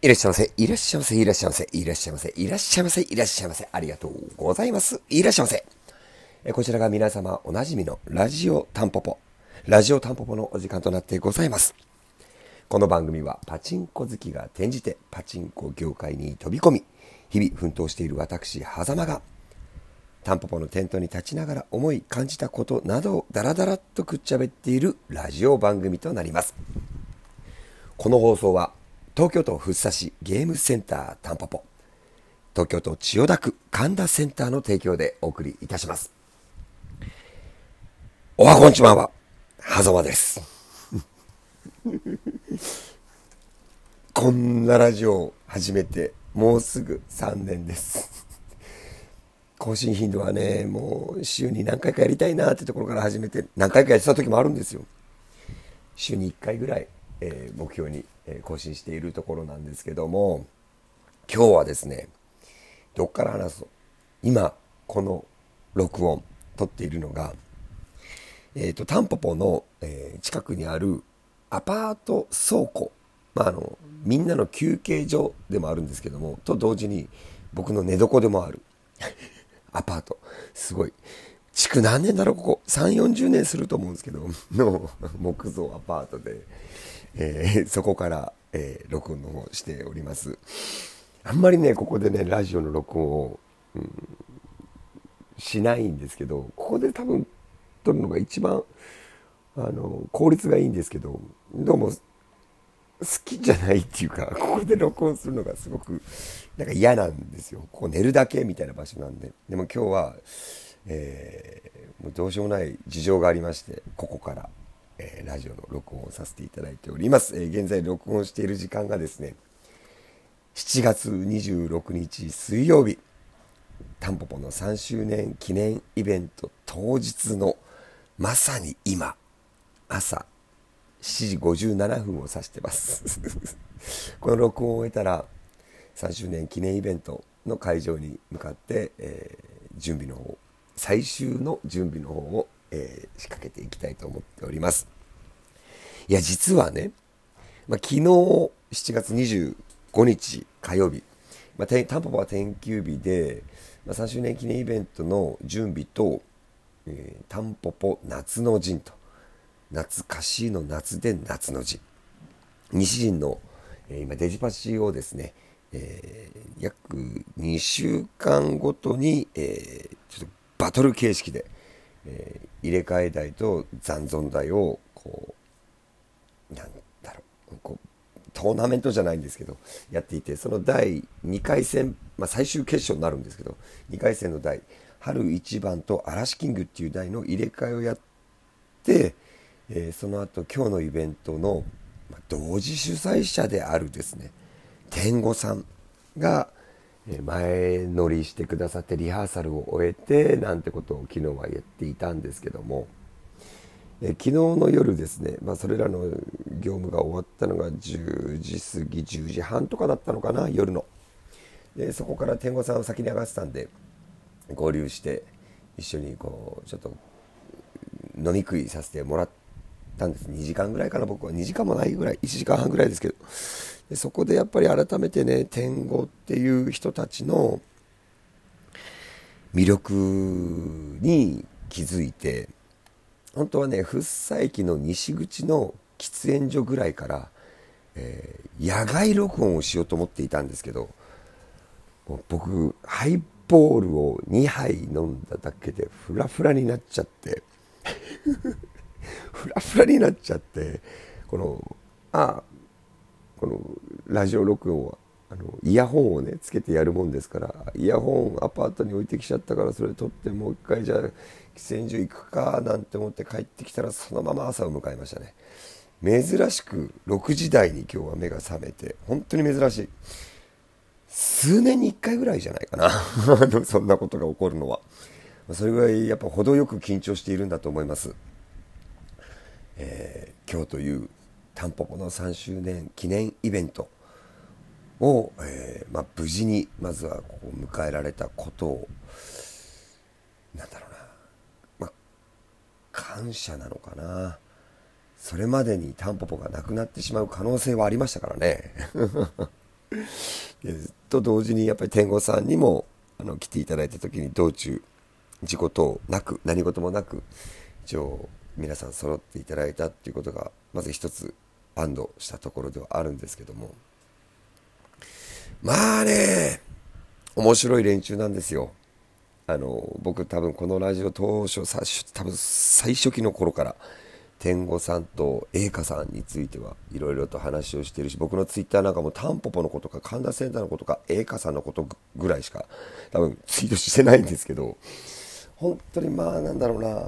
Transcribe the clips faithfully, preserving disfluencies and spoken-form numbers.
いらっしゃいませ、いらっしゃいませ、いらっしゃいませ、いらっしゃいませ、いらっしゃいませ、いらっしゃいませ、ありがとうございます。いらっしゃいませ。えこちらが皆様おなじみのラジオタンポポ。ラジオタンポポのお時間となってございます。この番組はパチンコ好きが転じてパチンコ業界に飛び込み、日々奮闘している私、狭間が、タンポポのテントに立ちながら思い感じたことなどをダラダラっとくっちゃべっているラジオ番組となります。この放送は東京都福生市ゲームセンタータンポポ、東京都千代田区神田センターの提供でお送りいたします。おはこんちまは、狭間です。こんなラジオを始めてもうすぐさんねんです。更新頻度はね、もう週に何回かやりたいなってところから始めて、何回かやってた時もあるんですよ。週にいっかいぐらい、えー、目標に、えー、更新しているところなんですけども、今日はですね、どっから話そう。今この録音撮っているのが、えーと、タンポポの、えー、近くにあるアパート倉庫、まあ、あのみんなの休憩所でもあるんですけども、と同時に僕の寝床でもあるアパート、すごい築何年だろう、ここさんじゅうよんじゅうねんすると思うんですけどの木造アパートで、えー、そこから、えー、録音の方しております。あんまりねここでねラジオの録音を、うん、しないんですけど、ここで多分撮るのが一番あの効率がいいんですけど、どうも好きじゃないっていうか、ここで録音するのがすごくなんか嫌なんですよ。ここ寝るだけみたいな場所なんで。でも今日は、えー、もうどうしようもない事情がありまして、ここから、えー、ラジオの録音をさせていただいております。えー、現在録音している時間がですね、しちがつにじゅうろくにち水曜日、タンポポのさんしゅうねん記念イベント当日のまさに今、朝しちじごじゅうななふんを指してますこの録音を終えたらさんしゅうねん記念イベントの会場に向かって、えー、準備の方、最終の準備の方を、えー、仕掛けていきたいと思っております。いや実はね、まあ、昨日しちがつにじゅうごにち火曜日、まあ、タンポポは天休日で、まあ、さんしゅうねん記念イベントの準備と、えー、タンポポ夏の陣と、懐かしいの夏で夏の陣、西陣の、えー、今デジパチをですね、えー、約にしゅうかんごとに、えー、ちょっとバトル形式で、えー、入れ替え台と残存台をこうなんだろう、こうトーナメントじゃないんですけどやっていて、そのだいにかい戦、まあ、最終決勝になるんですけど、にかい戦の台、春いちばんと嵐キングっていう台の入れ替えをやって、えー、その後今日のイベントの、まあ、同時主催者であるですね天狗さんが前乗りしてくださってリハーサルを終えてなんてことを昨日は言っていたんですけども、え昨日の夜ですね、まあ、それらの業務が終わったのがじゅうじ過ぎじゅうじはんとかだったのかな、夜の。でそこから天狗さんを先に上がってたんで合流して一緒にこうちょっと飲み食いさせてもらったんです。にじかんぐらいかな、僕はにじかんもないぐらい、いちじかんはんぐらいですけど、でそこでやっぱり改めてね天狗っていう人たちの魅力に気づいて、本当はね福生駅の西口の喫煙所ぐらいから、えー、野外録音をしようと思っていたんですけど、もう僕ハイボールをにはい飲んだだけでフラフラになっちゃってフラフラになっちゃって、このあこのラジオ録音はあのイヤホンをねつけてやるもんですから、イヤホンアパートに置いてきちゃったから、それ取ってもう一回じゃあ喫煙所行くかなんて思って帰ってきたら、そのまま朝を迎えましたね。珍しくろくじ台に今日は目が覚めて、本当に珍しい、数年にいっかいぐらいじゃないかなそんなことが起こるのは。それぐらいやっぱ程よく緊張しているんだと思います。えー、今日というタンポポのさんしゅうねん記念イベントを、えーまあ、無事にまずはこう迎えられたことを、なんだろうな、まあ、感謝なのかな。それまでにタンポポがなくなってしまう可能性はありましたからねと同時にやっぱり天狗さんにもあの来ていただいた時に道中事故等なく何事もなく一応皆さん揃っていただいたっていうことがまず一つ安堵したところではあるんですけども、まあね面白い連中なんですよ。あの僕多分このラジオ当初最初多分最初期の頃から天狗さんと栄華さんについてはいろいろと話をしているし、僕のツイッターなんかもタンポポのことか神田センターのことか栄華さんのことぐらいしか多分ツイートしてないんですけど、本当にまあなんだろうな、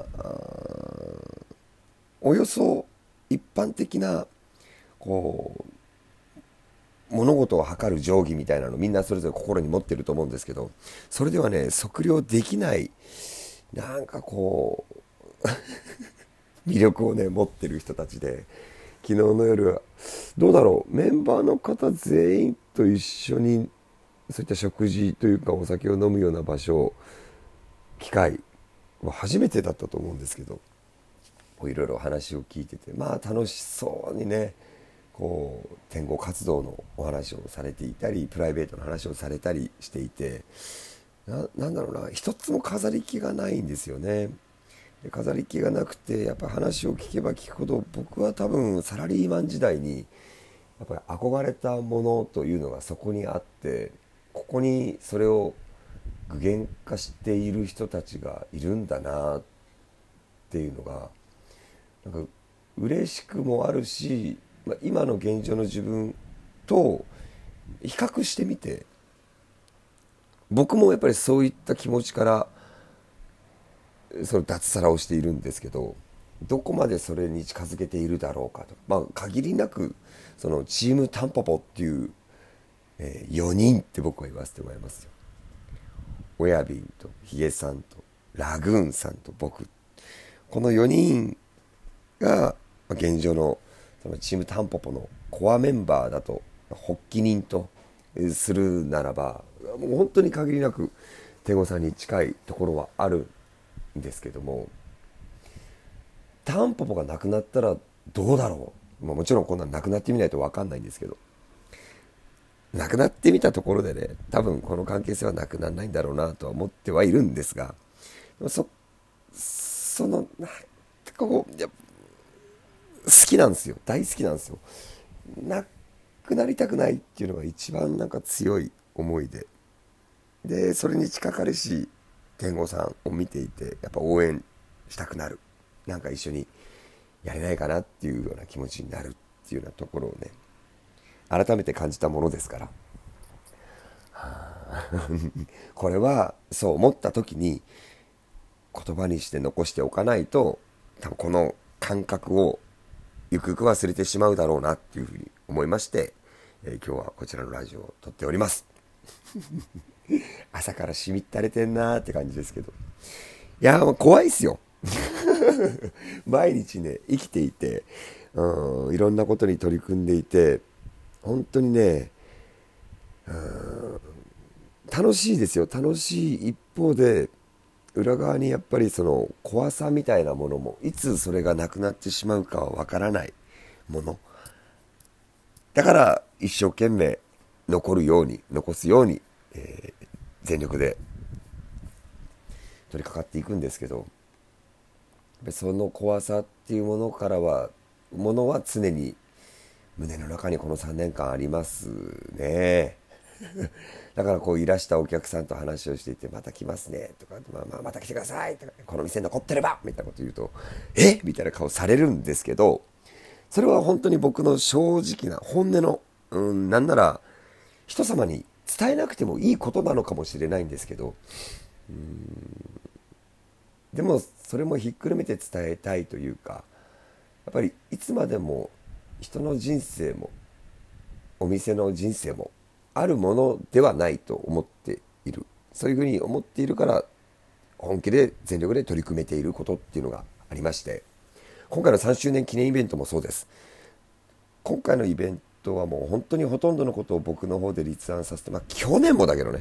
およそ一般的なこう物事を測る定規みたいなのみんなそれぞれ心に持ってると思うんですけど、それではね測量できないなんかこう魅力をね持ってる人たちで、昨日の夜はどうだろう、メンバーの方全員と一緒にそういった食事というかお酒を飲むような場所機会は初めてだったと思うんですけど、いろいろ話を聞いててまあ楽しそうにねこう天狗活動のお話をされていたりプライベートの話をされたりしていて、な、なんだろうな、一つも飾り気がないんですよね。で飾り気がなくてやっぱ話を聞けば聞くほど僕は多分サラリーマン時代にやっぱり憧れたものというのがそこにあって、ここにそれを具現化している人たちがいるんだなっていうのがなんか嬉しくもあるし、まあ、今の現状の自分と比較してみて僕もやっぱりそういった気持ちからその脱サラをしているんですけど、どこまでそれに近づけているだろうかと、まあ限りなくそのチームタンポポっていう、えー、よにんって僕は言わせてもらいますよ。親瓶とヒゲさんとラグーンさんと僕、このよにんが現状のそのチームタンポポのコアメンバーだと発起人とするならば、もう本当に限りなく天狗さんに近いところはあるんですけども、タンポポがなくなったらどうだろう、まあ、もちろんこんなんなくなってみないと分かんないんですけど、なくなってみたところでね多分この関係性はなくならないんだろうなとは思ってはいるんですが、そそのなんかこうやっぱ好きなんですよ、大好きなんですよ。なくなりたくないっていうのが一番なんか強い思いで、でそれに近かりし天狗さんを見ていてやっぱ応援したくなる、なんか一緒にやれないかなっていうような気持ちになるっていうようなところをね改めて感じたものですから、これはそう思った時に言葉にして残しておかないと多分この感覚をゆくゆく忘れてしまうだろうなっていうふうに思いまして、えー、今日はこちらのラジオを撮っております。朝からしみったれてんなーって感じですけど、いやーもう怖いっすよ。毎日ね生きていて、うん、いろんなことに取り組んでいて本当にね、うん、楽しいですよ。楽しい一方で裏側にやっぱりその怖さみたいなものもいつそれがなくなってしまうかはわからないものだから、一生懸命残るように残すように、えー、全力で取り掛かっていくんですけど、その怖さっていうものからはものは常に胸の中にこのさんねんかんありますね。だからこういらしたお客さんと話をしていてまた来ますねとか、まあ、まあまた来てくださいとか、この店残ってればみたいなこと言うとえみたいな顔されるんですけど、それは本当に僕の正直な本音の、うん、なんなら人様に伝えなくてもいいことなのかもしれないんですけど、うーんでもそれもひっくるめて伝えたいというか、やっぱりいつまでも人の人生もお店の人生もあるものではないと思っている。そういうふうに思っているから本気で全力で取り組めていることっていうのがありまして、今回のさんしゅうねん記念イベントもそうです。今回のイベントはもう本当にほとんどのことを僕の方で立案させて、まあ去年もだけどね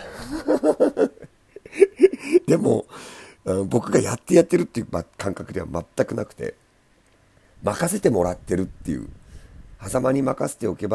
でも僕がやってやってるっていう感覚では全くなくて、任せてもらってるっていう、狭間に任せておけば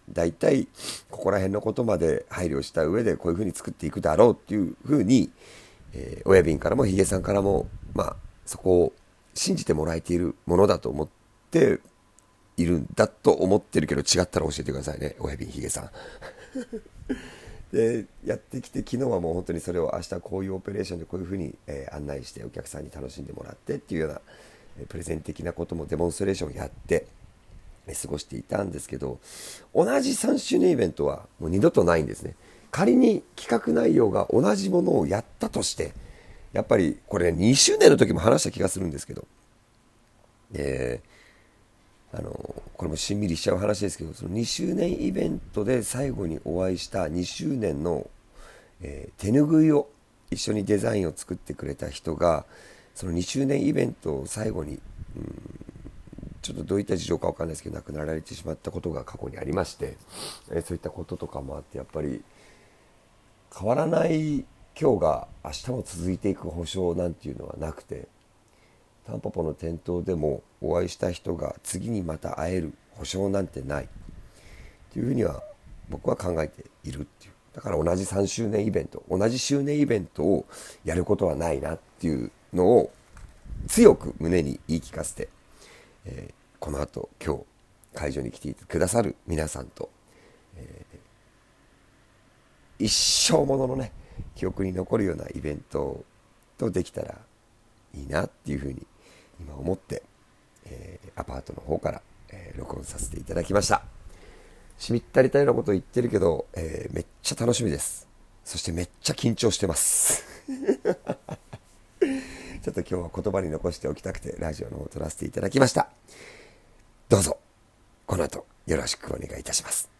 だいたいここら辺のことまで配慮した上でこういうふうに作っていくだろうっていうふうに、えー、親便からもヒゲさんからも、まあ、そこを信じてもらえているものだと思っているんだと思ってるけど、違ったら教えてくださいね、親便ヒゲさん。でやってきて、昨日はもう本当にそれを明日こういうオペレーションでこういうふうに、えー、案内してお客さんに楽しんでもらってっていうような、えー、プレゼン的なこともデモンストレーションやって、えー、過ごしていたんですけど、同じさんしゅうねんイベントはもう二度とないんですね。仮に企画内容が同じものをやったとして、やっぱりこれ、ね、にしゅうねんの時も話した気がするんですけど、えーあのこれもしんみりしちゃう話ですけど、そのにしゅうねんイベントで最後にお会いしたにしゅうねんの、えー、手ぬぐいを一緒にデザインを作ってくれた人が、そのにしゅうねんイベントを最後に、うん、ちょっとどういった事情かわかんないですけど亡くなられてしまったことが過去にありまして、えー、そういったこととかもあって、やっぱり変わらない今日が明日も続いていく保証なんていうのはなくて、タンポポの店頭でもお会いした人が次にまた会える保証なんてないっていうふうには僕は考えているっていう。だから同じさんしゅうねんイベント、同じ周年イベントをやることはないなっていうのを強く胸に言い聞かせて、えー、この後今日会場に来てくださる皆さんと、えー、一生もののね、記憶に残るようなイベントとできたらいいなっていうふうに今思って、えー、アパートの方から、えー、録音させていただきました。しみったりたようなことを言ってるけど、えー、めっちゃ楽しみです。そしてめっちゃ緊張してますちょっと今日は言葉に残しておきたくてラジオの方を撮らせていただきました。どうぞこの後よろしくお願いいたします。